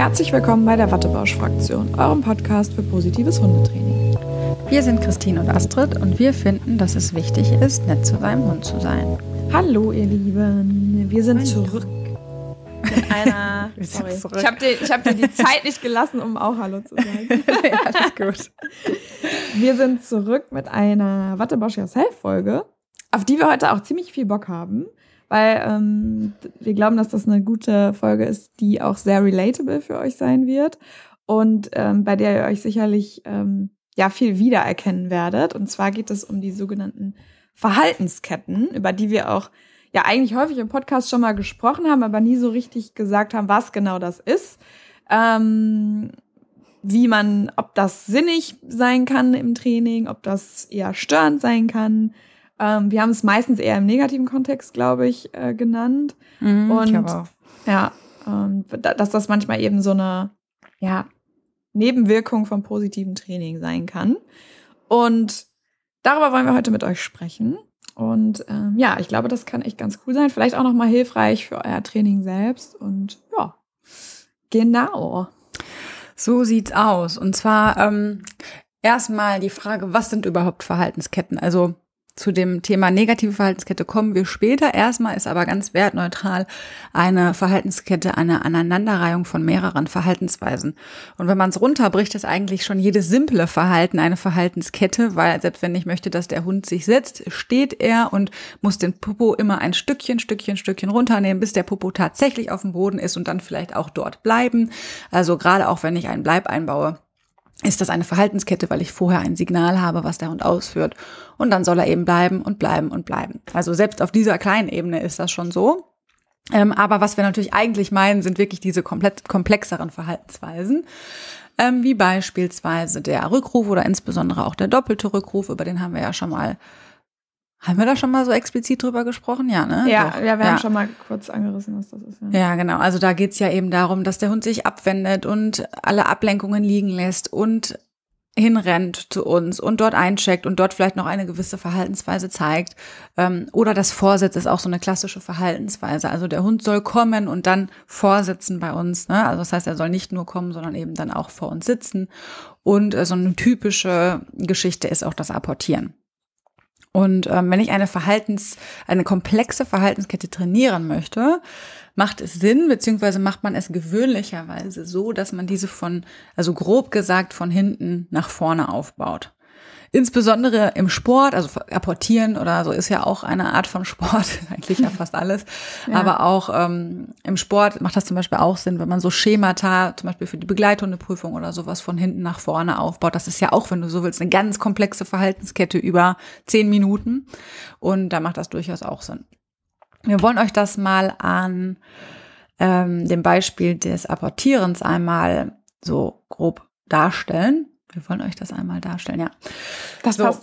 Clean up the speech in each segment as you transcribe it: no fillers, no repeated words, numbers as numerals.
Herzlich willkommen bei der Wattebausch-Fraktion, eurem Podcast für positives Hundetraining. Wir sind Christine und Astrid und wir finden, dass es wichtig ist, nett zu seinem Hund zu sein. Hallo ihr Lieben, wir sind zurück. In einer, sorry, ich hab dir die Zeit nicht gelassen, um auch Hallo zu sagen. Ja, alles gut. Wir sind zurück mit einer Wattebausch Yourself-Folge, auf die wir heute auch ziemlich viel Bock haben, weil wir glauben, dass das eine gute Folge ist, die auch sehr relatable für euch sein wird und bei der ihr euch sicherlich viel wiedererkennen werdet. Und zwar geht es um die sogenannten Verhaltensketten, über die wir auch eigentlich häufig im Podcast schon mal gesprochen haben, aber nie so richtig gesagt haben, was genau das ist. Ob das sinnig sein kann im Training, ob das eher störend sein kann. Wir haben es meistens eher im negativen Kontext, glaube ich, genannt. Und ich auch. Ja, dass das manchmal eben so eine Nebenwirkung vom positiven Training sein kann. Und darüber wollen wir heute mit euch sprechen. Und ich glaube, das kann echt ganz cool sein. Vielleicht auch nochmal hilfreich für euer Training selbst. Und ja, genau. So sieht's aus. Und zwar erstmal die Frage, was sind überhaupt Verhaltensketten? Also zu dem Thema negative Verhaltenskette kommen wir später. Erstmal ist aber ganz wertneutral eine Verhaltenskette eine Aneinanderreihung von mehreren Verhaltensweisen. Und wenn man es runterbricht, ist eigentlich schon jedes simple Verhalten eine Verhaltenskette, weil selbst wenn ich möchte, dass der Hund sich setzt, steht er und muss den Popo immer ein Stückchen runternehmen, bis der Popo tatsächlich auf dem Boden ist und dann vielleicht auch dort bleiben. Also gerade auch wenn ich einen Bleib einbaue, ist das eine Verhaltenskette, weil ich vorher ein Signal habe, was der Hund ausführt. Und dann soll er eben bleiben und bleiben und bleiben. Also selbst auf dieser kleinen Ebene ist das schon so. Aber was wir natürlich eigentlich meinen, sind wirklich diese komplett komplexeren Verhaltensweisen. Wie beispielsweise der Rückruf oder insbesondere auch der doppelte Rückruf. Über den haben wir ja schon mal. Haben wir da schon mal so explizit drüber gesprochen? Ja, ne? Ja, wir haben schon mal kurz angerissen, was das ist. Ja, genau. Also da geht's ja eben darum, dass der Hund sich abwendet und alle Ablenkungen liegen lässt und hinrennt zu uns und dort eincheckt und dort vielleicht noch eine gewisse Verhaltensweise zeigt. Oder das Vorsitz ist auch so eine klassische Verhaltensweise. Also der Hund soll kommen und dann vorsitzen bei uns. Ne? Also das heißt, er soll nicht nur kommen, sondern eben dann auch vor uns sitzen. Und so eine typische Geschichte ist auch das Apportieren. Und wenn ich eine komplexe Verhaltenskette trainieren möchte, macht es Sinn, beziehungsweise macht man es gewöhnlicherweise so, dass man diese grob gesagt von hinten nach vorne aufbaut. Insbesondere im Sport, also Apportieren oder so ist ja auch eine Art von Sport, eigentlich ja fast alles. Ja. Aber auch im Sport macht das zum Beispiel auch Sinn, wenn man so Schemata, zum Beispiel für die Begleithundeprüfung oder sowas von hinten nach vorne aufbaut. Das ist ja auch, wenn du so willst, eine ganz komplexe Verhaltenskette über 10 Minuten. Und da macht das durchaus auch Sinn. Wir wollen euch das mal an dem Beispiel des Apportierens einmal so grob darstellen. Wir wollen euch das einmal darstellen, ja. Das passt.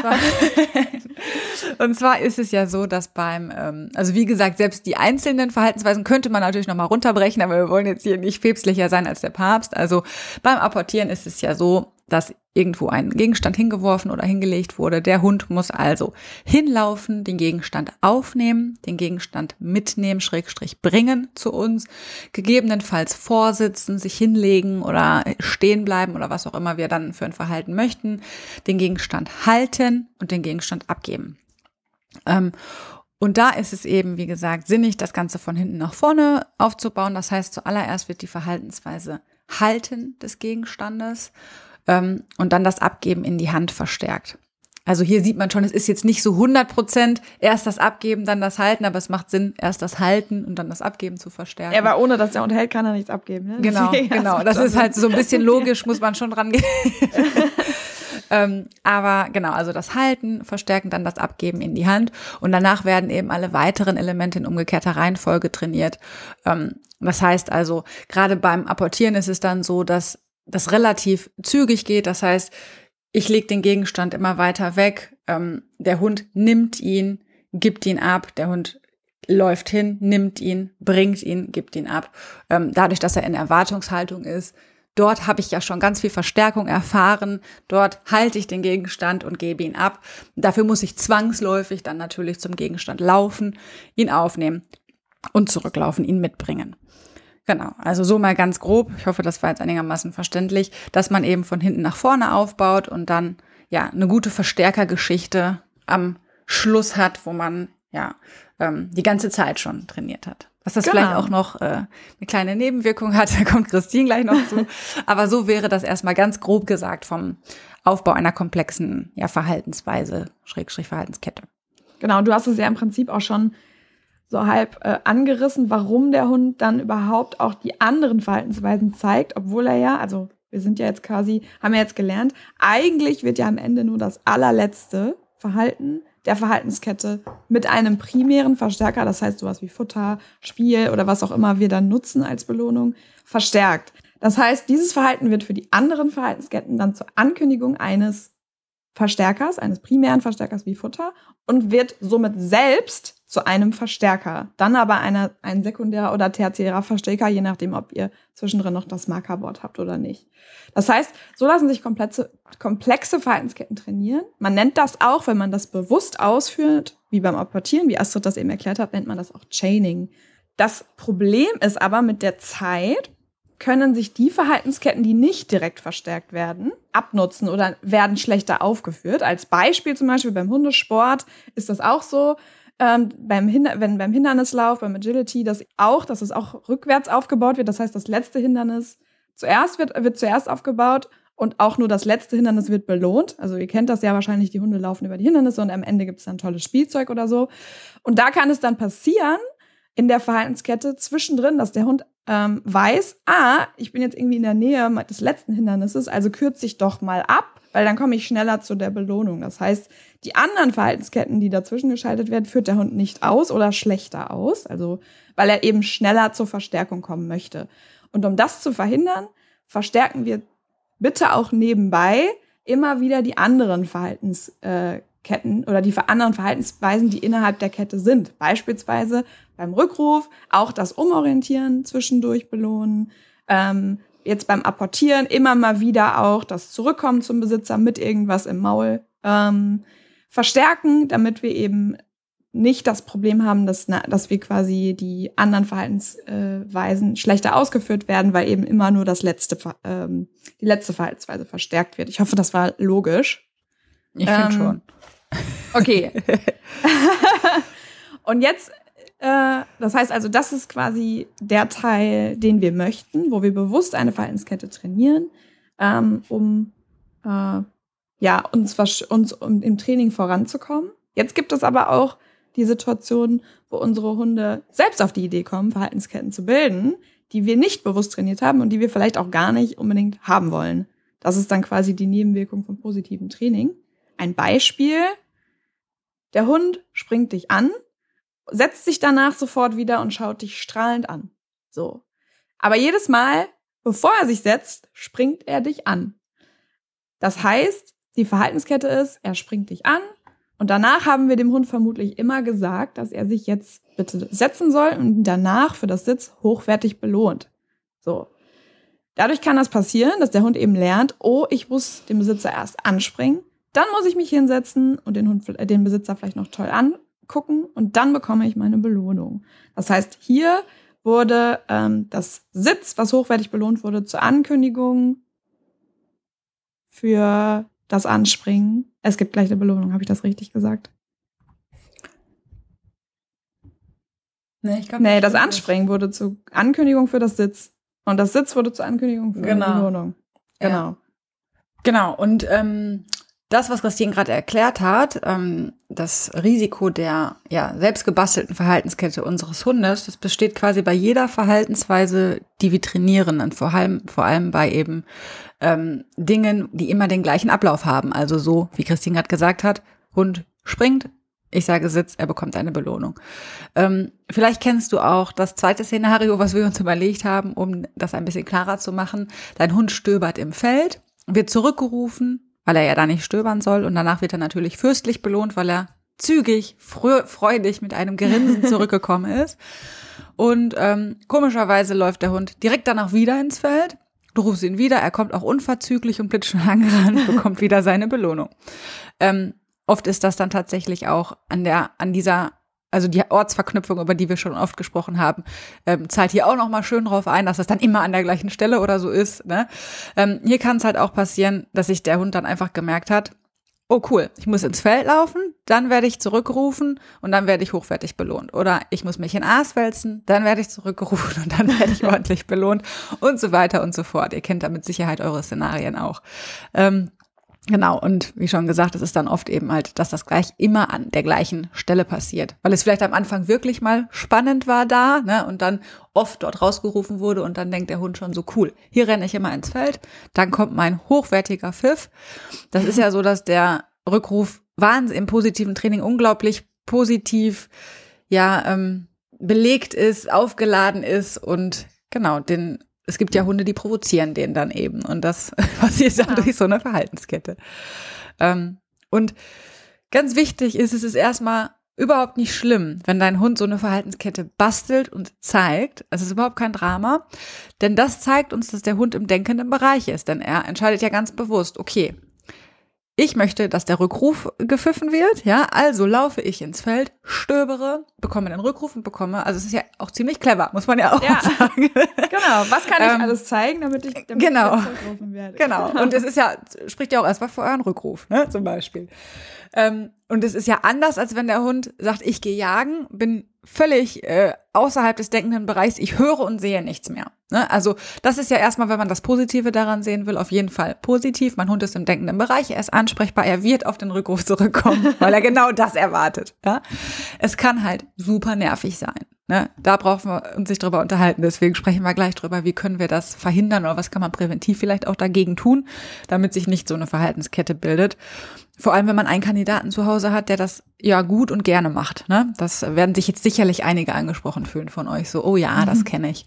Und zwar ist es ja so, dass also wie gesagt, selbst die einzelnen Verhaltensweisen könnte man natürlich nochmal runterbrechen, aber wir wollen jetzt hier nicht päpstlicher sein als der Papst. Also beim Apportieren ist es ja so, dass irgendwo ein Gegenstand hingeworfen oder hingelegt wurde. Der Hund muss also hinlaufen, den Gegenstand aufnehmen, den Gegenstand mitnehmen, / bringen zu uns, gegebenenfalls vorsitzen, sich hinlegen oder stehen bleiben oder was auch immer wir dann für ein Verhalten möchten, den Gegenstand halten und den Gegenstand abgeben. Und da ist es eben, wie gesagt, sinnig, das Ganze von hinten nach vorne aufzubauen. Das heißt, zuallererst wird die Verhaltensweise Halten des Gegenstandes und dann das Abgeben in die Hand verstärkt. Also hier sieht man schon, es ist jetzt nicht so 100% erst das Abgeben, dann das Halten, aber es macht Sinn, erst das Halten und dann das Abgeben zu verstärken. Ja, aber ohne dass der Hund hält, kann er nichts abgeben. Ne? Genau. Das ist halt so ein bisschen logisch, muss man schon dran gehen. Aber genau, also das Halten, Verstärken, dann das Abgeben in die Hand und danach werden eben alle weiteren Elemente in umgekehrter Reihenfolge trainiert. Das heißt also, gerade beim Apportieren ist es dann so, dass das relativ zügig geht. Das heißt, ich lege den Gegenstand immer weiter weg. Der Hund nimmt ihn, gibt ihn ab. Der Hund läuft hin, nimmt ihn, bringt ihn, gibt ihn ab. Dadurch, dass er in Erwartungshaltung ist, dort habe ich ja schon ganz viel Verstärkung erfahren. Dort halte ich den Gegenstand und gebe ihn ab. Dafür muss ich zwangsläufig dann natürlich zum Gegenstand laufen, ihn aufnehmen und zurücklaufen, ihn mitbringen. Genau, also so mal ganz grob, ich hoffe, das war jetzt einigermaßen verständlich, dass man eben von hinten nach vorne aufbaut und dann ja eine gute Verstärkergeschichte am Schluss hat, wo man ja die ganze Zeit schon trainiert hat. Was das vielleicht auch noch eine kleine Nebenwirkung hat, da kommt Christine gleich noch zu. Aber so wäre das erstmal ganz grob gesagt vom Aufbau einer komplexen Verhaltensweise, Verhaltenskette. Genau, du hast es ja im Prinzip auch schon so halb angerissen, warum der Hund dann überhaupt auch die anderen Verhaltensweisen zeigt, obwohl er ja, also wir sind ja jetzt quasi, haben ja jetzt gelernt, eigentlich wird ja am Ende nur das allerletzte Verhalten der Verhaltenskette mit einem primären Verstärker, das heißt sowas wie Futter, Spiel oder was auch immer wir dann nutzen als Belohnung, verstärkt. Das heißt, dieses Verhalten wird für die anderen Verhaltensketten dann zur Ankündigung eines Verstärkers, eines primären Verstärkers wie Futter und wird somit selbst zu einem Verstärker. Dann aber ein sekundärer oder tertiärer Verstärker, je nachdem, ob ihr zwischendrin noch das Markerwort habt oder nicht. Das heißt, so lassen sich komplexe Verhaltensketten trainieren. Man nennt das auch, wenn man das bewusst ausführt, wie beim Apportieren, wie Astrid das eben erklärt hat, nennt man das auch Chaining. Das Problem ist aber, mit der Zeit können sich die Verhaltensketten, die nicht direkt verstärkt werden, abnutzen oder werden schlechter aufgeführt. Als Beispiel zum Beispiel beim Hundesport ist das auch so. Beim Hindernislauf, beim Agility, dass es auch rückwärts aufgebaut wird. Das heißt, das letzte Hindernis wird zuerst aufgebaut und auch nur das letzte Hindernis wird belohnt. Also ihr kennt das ja wahrscheinlich, die Hunde laufen über die Hindernisse und am Ende gibt es dann tolles Spielzeug oder so. Und da kann es dann passieren, in der Verhaltenskette zwischendrin, dass der Hund weiß, ich bin jetzt irgendwie in der Nähe des letzten Hindernisses, also kürze ich doch mal ab, weil dann komme ich schneller zu der Belohnung. Das heißt, die anderen Verhaltensketten, die dazwischen geschaltet werden, führt der Hund nicht aus oder schlechter aus, also weil er eben schneller zur Verstärkung kommen möchte. Und um das zu verhindern, verstärken wir bitte auch nebenbei immer wieder die anderen Verhaltensketten oder die anderen Verhaltensweisen, die innerhalb der Kette sind. Beispielsweise beim Rückruf auch das Umorientieren zwischendurch belohnen. Jetzt beim Apportieren immer mal wieder auch das Zurückkommen zum Besitzer mit irgendwas im Maul verstärken, damit wir eben nicht das Problem haben, dass wir quasi die anderen Verhaltensweisen schlechter ausgeführt werden, weil eben immer nur die letzte Verhaltensweise verstärkt wird. Ich hoffe, das war logisch. Ich finde schon. Okay. Und jetzt, das heißt also, das ist quasi der Teil, den wir möchten, wo wir bewusst eine Verhaltenskette trainieren, um im Training voranzukommen. Jetzt gibt es aber auch die Situation, wo unsere Hunde selbst auf die Idee kommen, Verhaltensketten zu bilden, die wir nicht bewusst trainiert haben und die wir vielleicht auch gar nicht unbedingt haben wollen. Das ist dann quasi die Nebenwirkung von positivem Training. Ein Beispiel: Der Hund springt dich an, setzt sich danach sofort wieder und schaut dich strahlend an. So. Aber jedes Mal, bevor er sich setzt, springt er dich an. Das heißt, die Verhaltenskette ist, er springt dich an und danach haben wir dem Hund vermutlich immer gesagt, dass er sich jetzt bitte setzen soll und danach für das Sitz hochwertig belohnt. So. Dadurch kann das passieren, dass der Hund eben lernt, ich muss den Besitzer erst anspringen, dann muss ich mich hinsetzen und den Besitzer vielleicht noch toll angucken und dann bekomme ich meine Belohnung. Das heißt, hier wurde das Sitz, was hochwertig belohnt wurde, zur Ankündigung für das Anspringen. Es gibt gleich eine Belohnung, habe ich das richtig gesagt? Nee, das Anspringen wurde zur Ankündigung für das Sitz. Und das Sitz wurde zur Ankündigung für die Belohnung. Genau. Genau, und das, was Christine gerade erklärt hat, das Risiko der selbst gebastelten Verhaltenskette unseres Hundes, das besteht quasi bei jeder Verhaltensweise, die wir trainieren, und vor allem bei eben Dingen, die immer den gleichen Ablauf haben. Also so, wie Christine gerade gesagt hat, Hund springt, ich sage Sitz, er bekommt eine Belohnung. Vielleicht kennst du auch das zweite Szenario, was wir uns überlegt haben, um das ein bisschen klarer zu machen. Dein Hund stöbert im Feld, wird zurückgerufen, weil er ja da nicht stöbern soll. Und danach wird er natürlich fürstlich belohnt, weil er zügig, freudig mit einem Grinsen zurückgekommen ist. Und komischerweise läuft der Hund direkt danach wieder ins Feld. Du rufst ihn wieder, er kommt auch unverzüglich und blitzschnell angerannt, bekommt wieder seine Belohnung. Oft ist das dann tatsächlich auch an dieser also die Ortsverknüpfung, über die wir schon oft gesprochen haben, zahlt hier auch nochmal schön drauf ein, dass das dann immer an der gleichen Stelle oder so ist. Ne? Hier kann es halt auch passieren, dass sich der Hund dann einfach gemerkt hat, oh cool, ich muss ins Feld laufen, dann werde ich zurückgerufen und dann werde ich hochwertig belohnt. Oder ich muss mich in Aas wälzen, dann werde ich zurückgerufen und dann werde ich ordentlich belohnt und so weiter und so fort. Ihr kennt da mit Sicherheit eure Szenarien auch. Genau, und wie schon gesagt, es ist dann oft eben halt, dass das gleich immer an der gleichen Stelle passiert. Weil es vielleicht am Anfang wirklich mal spannend war da, ne, und dann oft dort rausgerufen wurde und dann denkt der Hund schon so, cool, hier renne ich immer ins Feld, dann kommt mein hochwertiger Pfiff. Das ist ja so, dass der Rückruf im positiven Training unglaublich positiv, belegt ist, aufgeladen ist und genau, es gibt ja Hunde, die provozieren den dann eben. Und das passiert dann durch so eine Verhaltenskette. Und ganz wichtig ist, es ist erstmal überhaupt nicht schlimm, wenn dein Hund so eine Verhaltenskette bastelt und zeigt. Es ist überhaupt kein Drama. Denn das zeigt uns, dass der Hund im denkenden Bereich ist. Denn er entscheidet ja ganz bewusst, okay, ich möchte, dass der Rückruf gepfiffen wird, ja, also laufe ich ins Feld, stöbere, bekomme den Rückruf und bekomme, also es ist ja auch ziemlich clever, muss man ja auch sagen. Genau, was kann ich alles zeigen, damit ich zurückgerufen werde? Genau, und es ist ja, spricht ja auch erstmal für euren Rückruf, ne, zum Beispiel. Und es ist ja anders, als wenn der Hund sagt, ich gehe jagen, bin völlig außerhalb des denkenden Bereichs, ich höre und sehe nichts mehr. Ne? Also das ist ja erstmal, wenn man das Positive daran sehen will, auf jeden Fall positiv. Mein Hund ist im denkenden Bereich, er ist ansprechbar, er wird auf den Rückruf zurückkommen, weil er genau das erwartet. Ja? Es kann halt super nervig sein. Ne? Da brauchen wir uns nicht drüber unterhalten, deswegen sprechen wir gleich drüber, wie können wir das verhindern oder was kann man präventiv vielleicht auch dagegen tun, damit sich nicht so eine Verhaltenskette bildet. Vor allem, wenn man einen Kandidaten zu Hause hat, der das ja gut und gerne macht. Ne? Das werden sich jetzt sicherlich einige angesprochen fühlen von euch. So, oh ja, das kenne ich.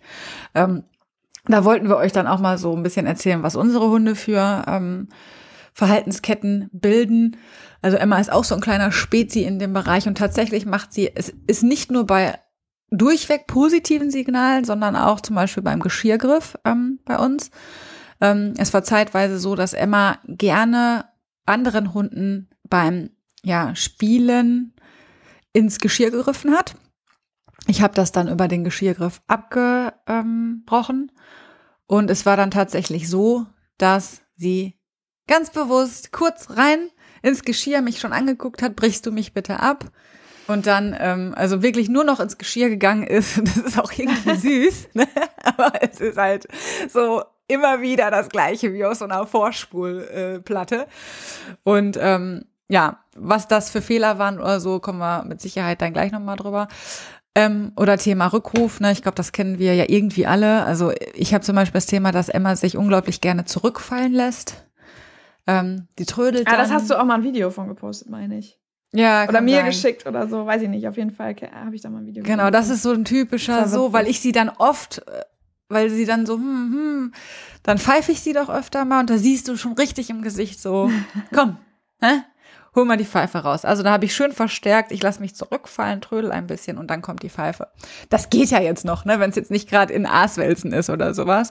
Da wollten wir euch dann auch mal so ein bisschen erzählen, was unsere Hunde für Verhaltensketten bilden. Also Emma ist auch so ein kleiner Spezi in dem Bereich und tatsächlich es ist nicht nur bei durchweg positiven Signalen, sondern auch zum Beispiel beim Geschirrgriff bei uns. Es war zeitweise so, dass Emma gerne anderen Hunden beim Spielen ins Geschirr gegriffen hat. Ich habe das dann über den Geschirrgriff abgebrochen und es war dann tatsächlich so, dass sie ganz bewusst kurz rein ins Geschirr mich schon angeguckt hat, brichst du mich bitte ab? Und dann also wirklich nur noch ins Geschirr gegangen ist. Das ist auch irgendwie süß, ne? Aber es ist halt so immer wieder das Gleiche wie auf so einer Vorspulplatte. Und was das für Fehler waren oder so, kommen wir mit Sicherheit dann gleich nochmal drüber. Oder Thema Rückruf, ne? Ich glaube, das kennen wir ja irgendwie alle. Also ich habe zum Beispiel das Thema, dass Emma sich unglaublich gerne zurückfallen lässt. Die trödelt dann. Das hast du auch mal ein Video von gepostet, meine ich. Ja, oder mir geschickt oder so, weiß ich nicht. Auf jeden Fall habe ich da mal ein Video gesehen. Genau, das ist so ein typischer weil ich sie dann oft, weil sie dann so, dann pfeife ich sie doch öfter mal und da siehst du schon richtig im Gesicht so, komm, hol mal die Pfeife raus. Also da habe ich schön verstärkt, ich lasse mich zurückfallen, trödel ein bisschen und dann kommt die Pfeife. Das geht ja jetzt noch, ne, wenn es jetzt nicht gerade in Aaswälzen ist oder sowas.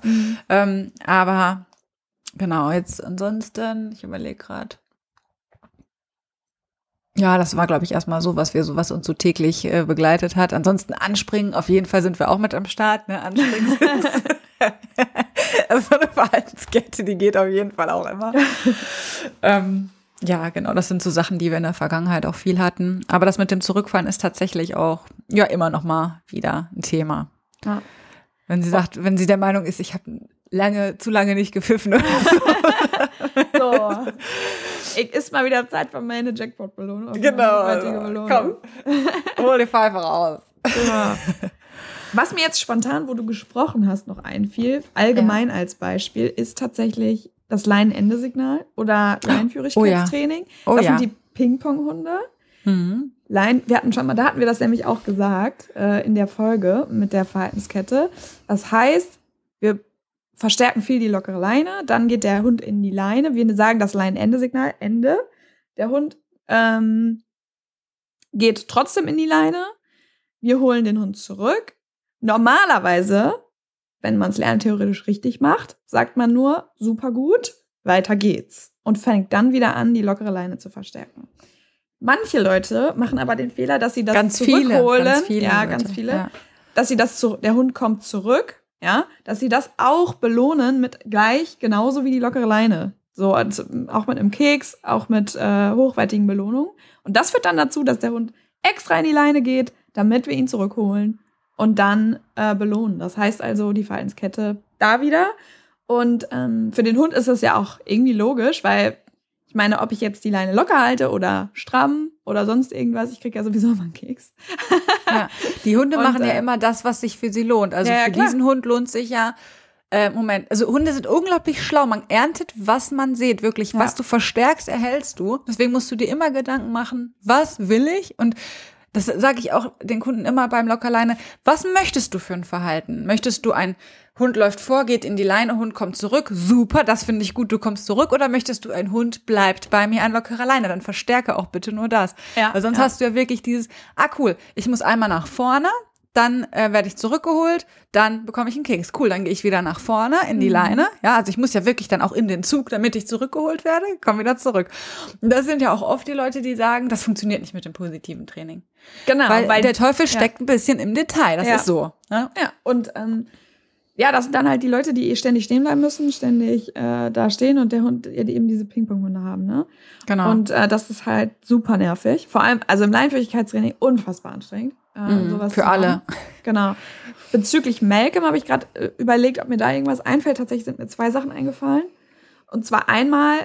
Aber genau, jetzt ansonsten, ich überlege gerade. Ja, das war, glaube ich, erstmal so, was uns so täglich begleitet hat. Ansonsten anspringen, auf jeden Fall sind wir auch mit am Start, ne? Anspringen also so eine Verhaltenskette, die geht auf jeden Fall auch immer. Ja, genau, das sind so Sachen, die wir in der Vergangenheit auch viel hatten. Aber das mit dem Zurückfallen ist tatsächlich auch immer noch mal wieder ein Thema. Ja. Wenn sie sagt, wenn sie der Meinung ist, ich habe zu lange nicht gepfiffen oder so. Ist mal wieder Zeit für meine Jackpot-Belohnung. Genau, komm, hol die Pfeife raus. Ja. Was mir jetzt spontan, wo du gesprochen hast, noch einfiel, allgemein als Beispiel, ist tatsächlich das Leinenende-Signal oder Leinenführigkeitstraining. Das sind die Ping-Pong-Hunde. Da hatten wir das nämlich auch gesagt in der Folge mit der Verhaltenskette. Das heißt, wir verstärken viel die lockere Leine, dann geht der Hund in die Leine. Wir sagen das Leinenende-Signal, Ende. Der Hund geht trotzdem in die Leine. Wir holen den Hund zurück. Normalerweise, wenn man es lerntheoretisch richtig macht, sagt man nur, super gut, weiter geht's. Und fängt dann wieder an, die lockere Leine zu verstärken. Manche Leute machen aber den Fehler, dass sie das ganz zurückholen. Ganz viele ja, Leute. ganz viele. Ja. Dass sie der Hund kommt zurück, ja, dass sie das auch belohnen mit gleich genauso wie die lockere Leine. So, also auch mit einem Keks, auch mit hochwertigen Belohnungen. Und das führt dann dazu, dass der Hund extra in die Leine geht, damit wir ihn zurückholen und dann belohnen. Das heißt also, die Verhaltenskette da wieder. Und für den Hund ist das ja auch irgendwie logisch, weil ich meine, ob ich jetzt die Leine locker halte oder stramm oder sonst irgendwas, ich kriege ja sowieso immer einen Keks. Ja, die Hunde machen ja immer das, was sich für sie lohnt. Also für diesen Hund lohnt sich ja, also Hunde sind unglaublich schlau. Man erntet, was man sieht, wirklich. Ja. Was du verstärkst, erhältst du. Deswegen musst du dir immer Gedanken machen, was will ich? Und das sage ich auch den Kunden immer beim Lockerleine. Was möchtest du für ein Verhalten? Möchtest du ein Hund läuft vor, geht in die Leine, Hund kommt zurück. Super, das finde ich gut, du kommst zurück. Oder möchtest du ein Hund bleibt bei mir an lockerer Leine? Dann verstärke auch bitte nur das. Ja, weil sonst hast du ja wirklich dieses, cool, ich muss einmal nach vorne, dann werde ich zurückgeholt, dann bekomme ich einen Keks. Cool, dann gehe ich wieder nach vorne in die Leine. Ja, also ich muss ja wirklich dann auch in den Zug, damit ich zurückgeholt werde, komme wieder zurück. Und das sind ja auch oft die Leute, die sagen, das funktioniert nicht mit dem positiven Training. Genau. Weil der Teufel steckt ein bisschen im Detail, das ist so. Ja, und das sind dann halt die Leute, die ständig stehen bleiben müssen, ständig da stehen und der Hund eben diese Ping-Pong-Hunde haben, ne? Genau. Und das ist halt super nervig. Vor allem, also im Leinenführigkeitstraining unfassbar anstrengend. Sowas für alle. Genau. Bezüglich Malcolm habe ich gerade überlegt, ob mir da irgendwas einfällt. Tatsächlich sind mir 2 Sachen eingefallen. Und zwar einmal,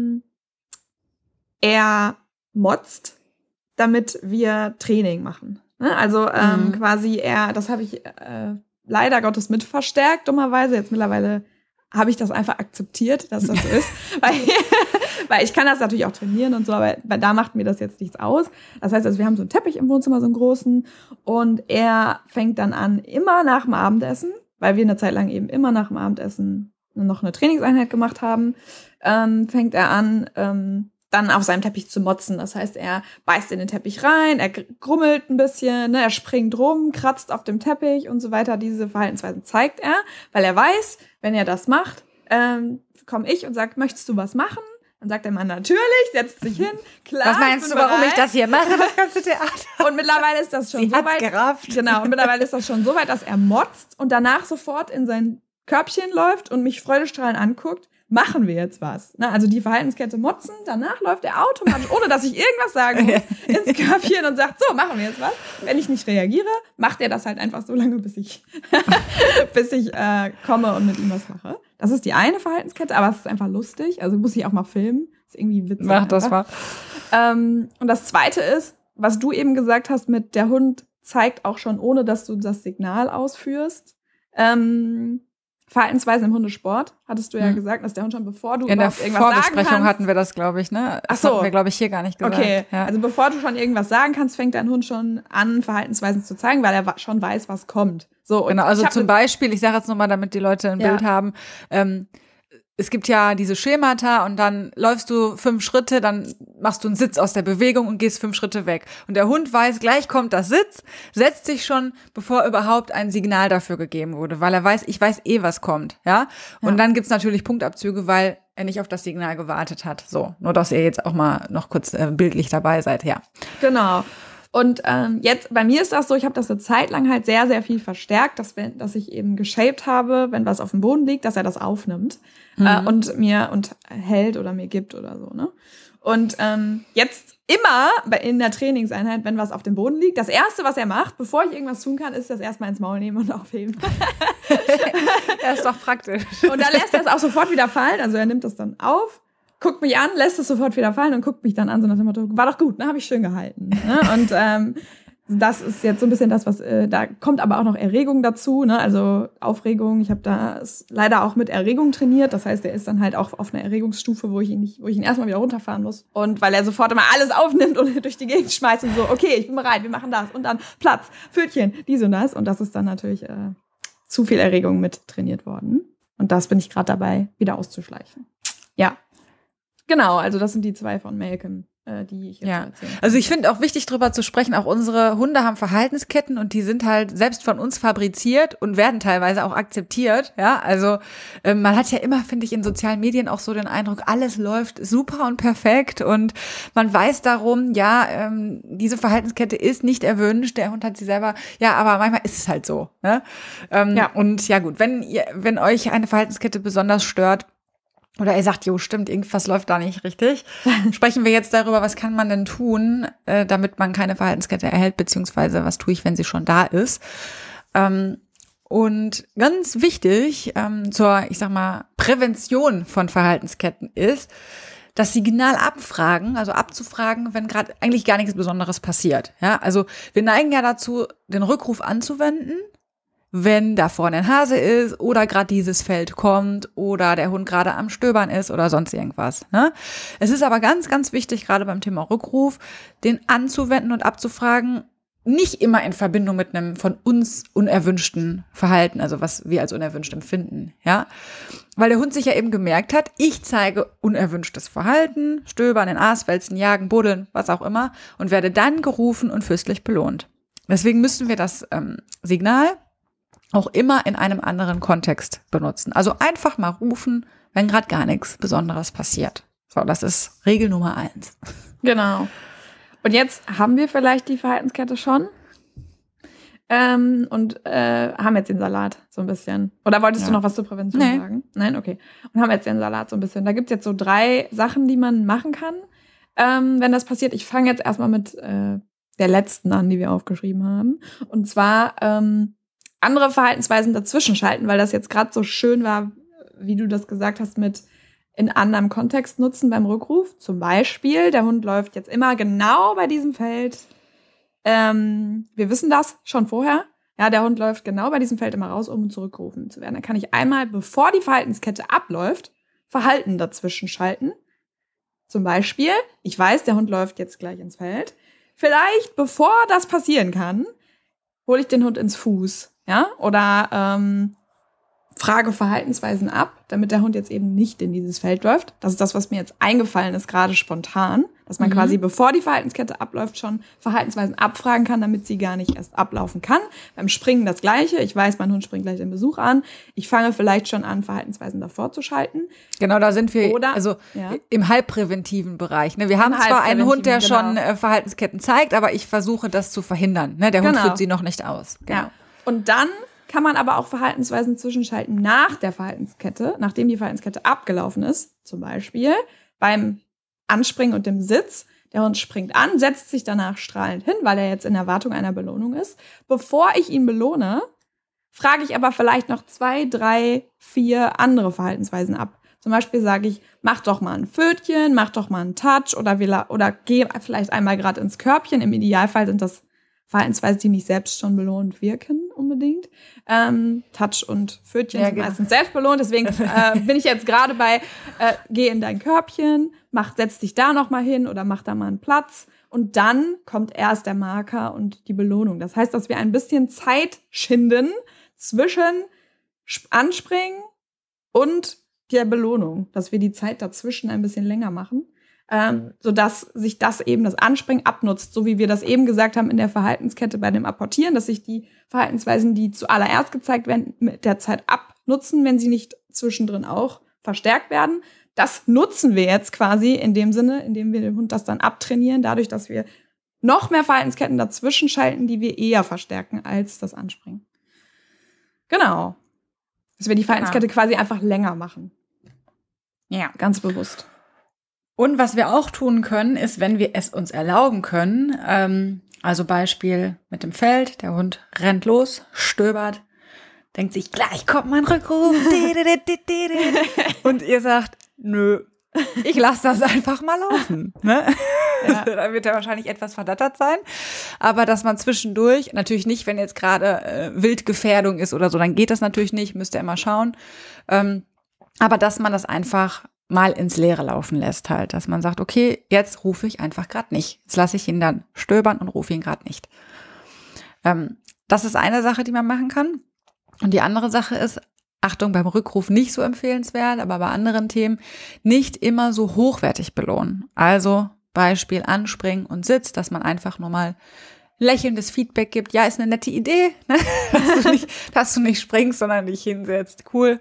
er motzt, damit wir Training machen. Ne? Also quasi das habe ich leider Gottes mit verstärkt, dummerweise. Jetzt mittlerweile habe ich das einfach akzeptiert, dass das so ist. Weil ich kann das natürlich auch trainieren und so, aber da macht mir das jetzt nichts aus. Das heißt also, wir haben so einen Teppich im Wohnzimmer, so einen großen, und er fängt dann an, immer nach dem Abendessen, weil wir eine Zeit lang eben immer nach dem Abendessen noch eine Trainingseinheit gemacht haben, fängt er an, dann auf seinem Teppich zu motzen. Das heißt, er beißt in den Teppich rein, er grummelt ein bisschen, ne, er springt rum, kratzt auf dem Teppich und so weiter. Diese Verhaltensweisen zeigt er, weil er weiß, wenn er das macht, komme ich und sage, möchtest du was machen? Dann sagt der Mann, natürlich, setzt sich hin, klar. Was meinst du, warum ich das hier mache, das ganze Theater? Und mittlerweile ist das schon so weit. Gerafft. Genau, und mittlerweile ist das schon so weit, dass er motzt und danach sofort in sein Körbchen läuft und mich freudestrahlend anguckt. Machen wir jetzt was? Na, also die Verhaltenskette motzen, danach läuft er automatisch, ohne dass ich irgendwas sagen muss, ins Körbchen und sagt, so, machen wir jetzt was. Wenn ich nicht reagiere, macht er das halt einfach so lange, bis ich komme und mit ihm was mache. Das ist die eine Verhaltenskette, aber es ist einfach lustig. Also muss ich auch mal filmen. Ist irgendwie witzig. Mach das mal. Und das Zweite ist, was du eben gesagt hast mit der Hund zeigt auch schon, ohne dass du das Signal ausführst, Verhaltensweisen im Hundesport, hattest du ja gesagt, dass der Hund schon, bevor du in der irgendwas sagen kannst. Vorbesprechung hatten wir das, glaube ich, ne? Das hatten wir, glaube ich, hier gar nicht gesagt. Okay, ja. Also bevor du schon irgendwas sagen kannst, fängt dein Hund schon an, Verhaltensweisen zu zeigen, weil er schon weiß, was kommt. So, genau, also zum Beispiel, ich sage jetzt nochmal, damit die Leute ein Bild haben, es gibt ja diese Schemata und dann läufst du 5 Schritte, dann machst du einen Sitz aus der Bewegung und gehst 5 Schritte weg. Und der Hund weiß, gleich kommt das Sitz, setzt sich schon, bevor überhaupt ein Signal dafür gegeben wurde, weil er weiß, ich weiß was kommt, ja. Und dann gibt's natürlich Punktabzüge, weil er nicht auf das Signal gewartet hat. So, nur dass ihr jetzt auch mal noch kurz bildlich dabei seid, ja. Genau. Und jetzt, bei mir ist das so, ich habe das eine Zeit lang halt sehr, sehr viel verstärkt, dass ich eben geshaped habe, wenn was auf dem Boden liegt, dass er das aufnimmt und mir hält oder mir gibt oder so, ne? Und jetzt immer in der Trainingseinheit, wenn was auf dem Boden liegt, das Erste, was er macht, bevor ich irgendwas tun kann, ist das erstmal ins Maul nehmen und aufheben. Das ist doch praktisch. Und dann lässt er es auch sofort wieder fallen, also er nimmt das dann auf, guckt mich an, lässt es sofort wieder fallen und guckt mich dann an, so nach dem Motto, war doch gut, ne, habe ich schön gehalten. Ne? Und das ist jetzt so ein bisschen das, was, da kommt aber auch noch Erregung dazu, ne? Also Aufregung. Ich habe da leider auch mit Erregung trainiert. Das heißt, er ist dann halt auch auf einer Erregungsstufe, wo ich ihn erstmal wieder runterfahren muss. Und weil er sofort immer alles aufnimmt und durch die Gegend schmeißt und so, okay, ich bin bereit, wir machen das. Und dann Platz, Pfötchen, dies und das. Und das ist dann natürlich zu viel Erregung mit trainiert worden. Und das bin ich gerade dabei, wieder auszuschleichen. Ja. Genau, also das sind die 2 von Malcolm. die ich jetzt erzähle. Also ich finde auch wichtig, drüber zu sprechen, auch unsere Hunde haben Verhaltensketten und die sind halt selbst von uns fabriziert und werden teilweise auch akzeptiert. Ja, also man hat ja immer, finde ich, in sozialen Medien auch so den Eindruck, alles läuft super und perfekt und man weiß darum, diese Verhaltenskette ist nicht erwünscht, der Hund hat sie selber, aber manchmal ist es halt so. Ne? Und ja gut, wenn euch eine Verhaltenskette besonders stört, oder ihr sagt, jo, stimmt, irgendwas läuft da nicht richtig. Sprechen wir jetzt darüber, was kann man denn tun, damit man keine Verhaltenskette erhält, beziehungsweise was tue ich, wenn sie schon da ist. Und ganz wichtig zur, ich sag mal, Prävention von Verhaltensketten ist, das Signal abfragen, also abzufragen, wenn gerade eigentlich gar nichts Besonderes passiert. Ja, also wir neigen ja dazu, den Rückruf anzuwenden, wenn da vorne ein Hase ist oder gerade dieses Feld kommt oder der Hund gerade am Stöbern ist oder sonst irgendwas. Ne? Es ist aber ganz, ganz wichtig, gerade beim Thema Rückruf, den anzuwenden und abzufragen, nicht immer in Verbindung mit einem von uns unerwünschten Verhalten, also was wir als unerwünscht empfinden. Ja? Weil der Hund sich ja eben gemerkt hat, ich zeige unerwünschtes Verhalten, Stöbern, in Aas wälzen, jagen, buddeln, was auch immer und werde dann gerufen und fürstlich belohnt. Deswegen müssen wir das Signal auch immer in einem anderen Kontext benutzen. Also einfach mal rufen, wenn gerade gar nichts Besonderes passiert. So, das ist Regel Nummer 1. Genau. Und jetzt haben wir vielleicht die Verhaltenskette schon und haben jetzt den Salat so ein bisschen. Oder wolltest du noch was zur Prävention sagen? Nein, okay. Und haben jetzt den Salat so ein bisschen. Da gibt es jetzt so 3 Sachen, die man machen kann, wenn das passiert. Ich fange jetzt erstmal mit der letzten an, die wir aufgeschrieben haben. Und zwar andere Verhaltensweisen dazwischen schalten, weil das jetzt gerade so schön war, wie du das gesagt hast, mit in anderem Kontext nutzen beim Rückruf. Zum Beispiel, der Hund läuft jetzt immer genau bei diesem Feld. Wir wissen das schon vorher. Ja, der Hund läuft genau bei diesem Feld immer raus, um zurückgerufen zu werden. Dann kann ich einmal, bevor die Verhaltenskette abläuft, Verhalten dazwischen schalten. Zum Beispiel, ich weiß, der Hund läuft jetzt gleich ins Feld. Vielleicht, bevor das passieren kann, hole ich den Hund ins Fuß. Ja, oder frage Verhaltensweisen ab, damit der Hund jetzt eben nicht in dieses Feld läuft. Das ist das, was mir jetzt eingefallen ist, gerade spontan, dass man quasi, bevor die Verhaltenskette abläuft, schon Verhaltensweisen abfragen kann, damit sie gar nicht erst ablaufen kann. Beim Springen das Gleiche. Ich weiß, mein Hund springt gleich den Besuch an. Ich fange vielleicht schon an, Verhaltensweisen davor zu schalten. Genau, da sind wir im halbpräventiven Bereich. Ne? Wir haben zwar einen Hund, der schon Verhaltensketten zeigt, aber ich versuche, das zu verhindern. Ne? Der Hund führt sie noch nicht aus. Genau. Ja. Und dann kann man aber auch Verhaltensweisen zwischenschalten nach der Verhaltenskette, nachdem die Verhaltenskette abgelaufen ist. Zum Beispiel beim Anspringen und dem Sitz. Der Hund springt an, setzt sich danach strahlend hin, weil er jetzt in Erwartung einer Belohnung ist. Bevor ich ihn belohne, frage ich aber vielleicht noch 2, 3, 4 andere Verhaltensweisen ab. Zum Beispiel sage ich, mach doch mal ein Pfötchen, mach doch mal einen Touch oder geh vielleicht einmal gerade ins Körbchen. Im Idealfall sind das Verhaltensweisen, die nicht selbst schon belohnt wirken unbedingt. Touch und Pfötchen sind meistens selbst belohnt. Deswegen bin ich jetzt gerade bei, geh in dein Körbchen, setz dich da noch mal hin oder mach da mal einen Platz. Und dann kommt erst der Marker und die Belohnung. Das heißt, dass wir ein bisschen Zeit schinden zwischen Anspringen und der Belohnung. Dass wir die Zeit dazwischen ein bisschen länger machen. Sodass sich das eben das Anspringen abnutzt, so wie wir das eben gesagt haben in der Verhaltenskette bei dem Apportieren, dass sich die Verhaltensweisen, die zuallererst gezeigt werden, mit der Zeit abnutzen, wenn sie nicht zwischendrin auch verstärkt werden. Das nutzen wir jetzt quasi in dem Sinne, indem wir dem Hund das dann abtrainieren, dadurch, dass wir noch mehr Verhaltensketten dazwischen schalten, die wir eher verstärken als das Anspringen. Genau. Dass wir die Verhaltenskette quasi einfach länger machen. Ja. Ganz bewusst. Und was wir auch tun können, ist, wenn wir es uns erlauben können, also Beispiel mit dem Feld, der Hund rennt los, stöbert, denkt sich, gleich kommt mein Rückruf. Und ihr sagt, nö, ich lasse das einfach mal laufen. Ne? Ja. Da wird er wahrscheinlich etwas verdattert sein. Aber dass man zwischendurch, natürlich nicht, wenn jetzt gerade Wildgefährdung ist oder so, dann geht das natürlich nicht, müsst ihr immer schauen. Aber dass man das einfach mal ins Leere laufen lässt halt, dass man sagt, okay, jetzt rufe ich einfach gerade nicht. Jetzt lasse ich ihn dann stöbern und rufe ihn gerade nicht. Das ist eine Sache, die man machen kann. Und die andere Sache ist, Achtung, beim Rückruf nicht so empfehlenswert, aber bei anderen Themen nicht immer so hochwertig belohnen. Also Beispiel Anspringen und Sitz, dass man einfach nur mal lächelndes Feedback gibt. Ja, ist eine nette Idee, ne? dass du nicht springst, sondern dich hinsetzt. Cool.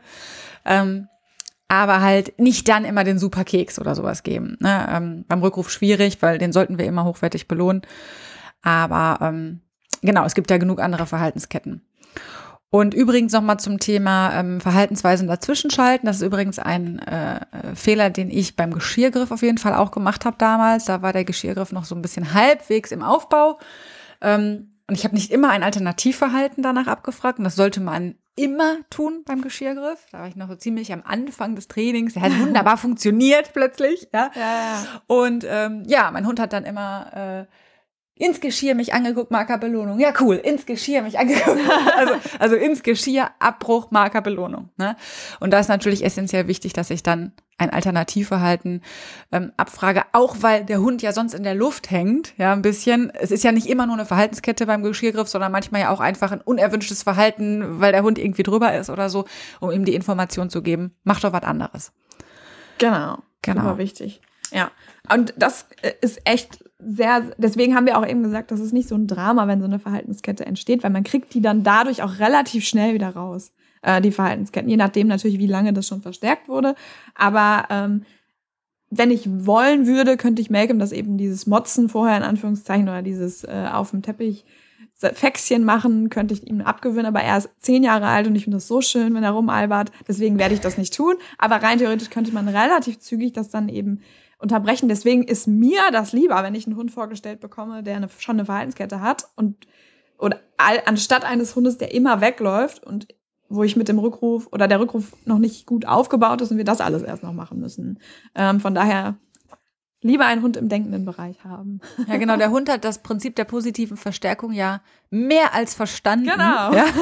Aber halt nicht dann immer den Superkeks oder sowas geben. Ne? Beim Rückruf schwierig, weil den sollten wir immer hochwertig belohnen. Aber genau, es gibt ja genug andere Verhaltensketten. Und übrigens nochmal zum Thema Verhaltensweisen dazwischenschalten. Das ist übrigens ein Fehler, den ich beim Geschirrgriff auf jeden Fall auch gemacht habe damals. Da war der Geschirrgriff noch so ein bisschen halbwegs im Aufbau. Und ich habe nicht immer ein Alternativverhalten danach abgefragt. Und das sollte man immer tun beim Geschirrgriff. Da war ich noch so ziemlich am Anfang des Trainings. Der hat wunderbar funktioniert plötzlich. Ja. Und mein Hund hat dann immer ins Geschirr mich angeguckt, Markerbelohnung. Ja, cool, ins Geschirr mich angeguckt. Also ins Geschirr, Abbruch, Markerbelohnung. Ne? Und da ist natürlich essentiell wichtig, dass ich dann ein Alternativverhalten abfrage, auch weil der Hund ja sonst in der Luft hängt, ja, ein bisschen. Es ist ja nicht immer nur eine Verhaltenskette beim Geschirrgriff, sondern manchmal ja auch einfach ein unerwünschtes Verhalten, weil der Hund irgendwie drüber ist oder so, um ihm die Information zu geben, mach doch was anderes. Genau. Super wichtig. Ja, und das ist echt deswegen haben wir auch eben gesagt, das ist nicht so ein Drama, wenn so eine Verhaltenskette entsteht, weil man kriegt die dann dadurch auch relativ schnell wieder raus, die Verhaltensketten, je nachdem natürlich, wie lange das schon verstärkt wurde. Aber wenn ich wollen würde, könnte ich Malcolm das eben dieses Motzen vorher in Anführungszeichen oder dieses auf dem Teppich Fächschen machen, könnte ich ihm abgewöhnen, aber er ist 10 Jahre alt und ich finde das so schön, wenn er rumalbert, deswegen werde ich das nicht tun, aber rein theoretisch könnte man relativ zügig das dann eben unterbrechen. Deswegen ist mir das lieber, wenn ich einen Hund vorgestellt bekomme, der schon eine Verhaltenskette hat oder anstatt eines Hundes, der immer wegläuft und wo ich mit dem Rückruf oder der Rückruf noch nicht gut aufgebaut ist und wir das alles erst noch machen müssen. Von daher lieber einen Hund im denkenden Bereich haben. Ja, genau. Der Hund hat das Prinzip der positiven Verstärkung ja mehr als verstanden. Genau. Ja,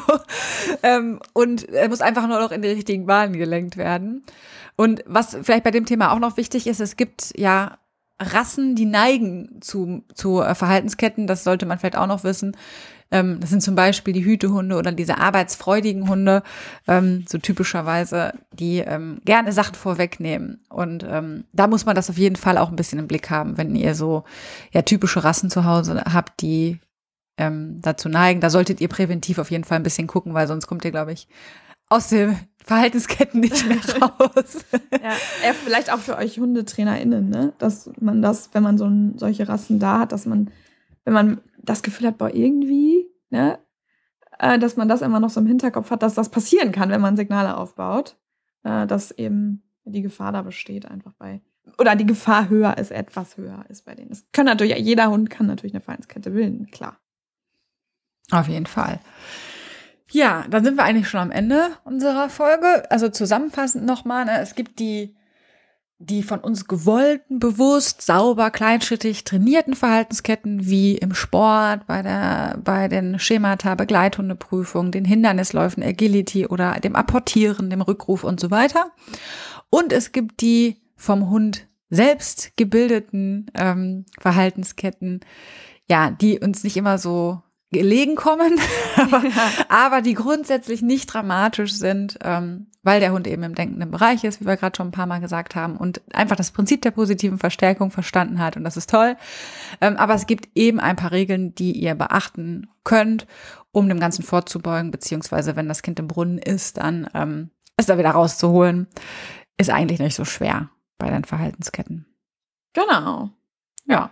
so. Und er muss einfach nur noch in die richtigen Bahnen gelenkt werden. Und was vielleicht bei dem Thema auch noch wichtig ist, es gibt ja Rassen, die neigen zu Verhaltensketten. Das sollte man vielleicht auch noch wissen. Das sind zum Beispiel die Hütehunde oder diese arbeitsfreudigen Hunde, so typischerweise, die gerne Sachen vorwegnehmen. Und da muss man das auf jeden Fall auch ein bisschen im Blick haben, wenn ihr so typische Rassen zu Hause habt, die dazu neigen. Da solltet ihr präventiv auf jeden Fall ein bisschen gucken, weil sonst kommt ihr, glaube ich, aus den Verhaltensketten nicht mehr raus. Ja, vielleicht auch für euch HundetrainerInnen, ne? Dass man das, wenn man solche Rassen da hat, dass man, wenn man das Gefühl hat, irgendwie, ne, dass man das immer noch so im Hinterkopf hat, dass das passieren kann, wenn man Signale aufbaut, dass eben die Gefahr da besteht einfach oder die Gefahr etwas höher ist bei denen. Jeder Hund kann natürlich eine Verhaltenskette bilden, klar. Auf jeden Fall. Ja, dann sind wir eigentlich schon am Ende unserer Folge. Also zusammenfassend nochmal, ne, es gibt die von uns gewollten, bewusst, sauber, kleinschrittig trainierten Verhaltensketten, wie im Sport, bei den Schemata, Begleithundeprüfungen, den Hindernisläufen, Agility oder dem Apportieren, dem Rückruf und so weiter. Und es gibt die vom Hund selbst gebildeten Verhaltensketten, ja, die uns nicht immer so gelegen kommen, aber die grundsätzlich nicht dramatisch sind, weil der Hund eben im denkenden Bereich ist, wie wir gerade schon ein paar Mal gesagt haben und einfach das Prinzip der positiven Verstärkung verstanden hat und das ist toll. Aber es gibt eben ein paar Regeln, die ihr beachten könnt, um dem Ganzen vorzubeugen, beziehungsweise wenn das Kind im Brunnen ist, dann es da wieder rauszuholen, ist eigentlich nicht so schwer bei den Verhaltensketten. Genau. Ja.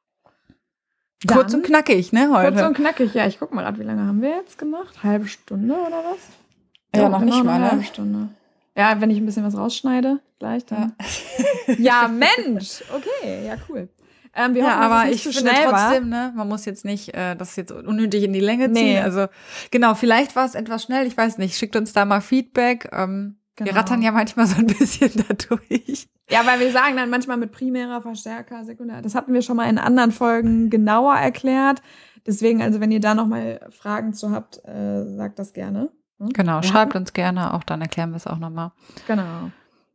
Kurz und knackig, ne, heute. Kurz und knackig, ja. Ich guck mal gerade, wie lange haben wir jetzt gemacht? Halbe Stunde oder was? Ja, noch nicht mal, eine ne? halbe Stunde. Ja, wenn ich ein bisschen was rausschneide, gleich dann. Ja, Mensch! Okay, ja, cool. Wir hoffen, aber dass es ich nicht zu finde schnell trotzdem, war. ne, man muss jetzt nicht das jetzt unnötig in die Länge ziehen. Nee. Also genau, vielleicht war es etwas schnell, ich weiß nicht. Schickt uns da mal Feedback. Wir rattern ja manchmal so ein bisschen da durch. Ja, weil wir sagen dann manchmal mit primärer Verstärker, sekundär. Das hatten wir schon mal in anderen Folgen genauer erklärt. Deswegen, also wenn ihr da nochmal Fragen zu habt, sagt das gerne. Genau, schreibt uns gerne, auch dann erklären wir es auch nochmal. Genau.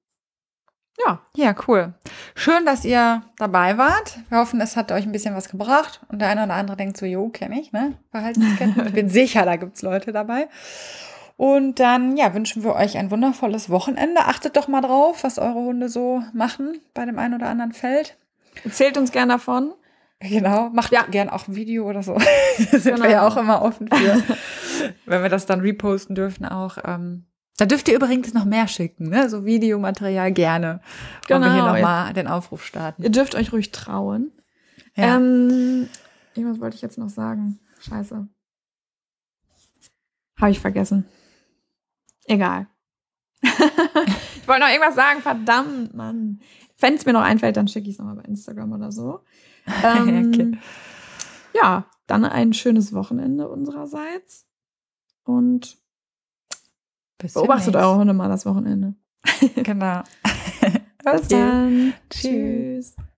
Ja, cool. Schön, dass ihr dabei wart. Wir hoffen, es hat euch ein bisschen was gebracht. Und der eine oder andere denkt so, jo, kenne ich, ne? Verhaltensketten. Ich bin sicher, da gibt's Leute dabei. Und dann, ja, wünschen wir euch ein wundervolles Wochenende. Achtet doch mal drauf, was eure Hunde so machen bei dem einen oder anderen Feld. Erzählt uns gern davon. Genau, macht gern auch ein Video oder so. Da sind wir Genau. ja auch immer offen für, wenn wir das dann reposten dürfen auch. Da dürft ihr übrigens noch mehr schicken, ne? So Videomaterial gerne. Wollen wir hier nochmal den Aufruf starten. Ihr dürft euch ruhig trauen. Ja. Irgendwas wollte ich jetzt noch sagen. Scheiße. Habe ich vergessen. Egal. Ich wollte noch irgendwas sagen. Verdammt, Mann. Wenn es mir noch einfällt, dann schicke ich es nochmal bei Instagram oder so. Okay. Ja, dann ein schönes Wochenende unsererseits. Und beobachtet eure Hunde mal das Wochenende. Genau. Bis dann. Tschüss.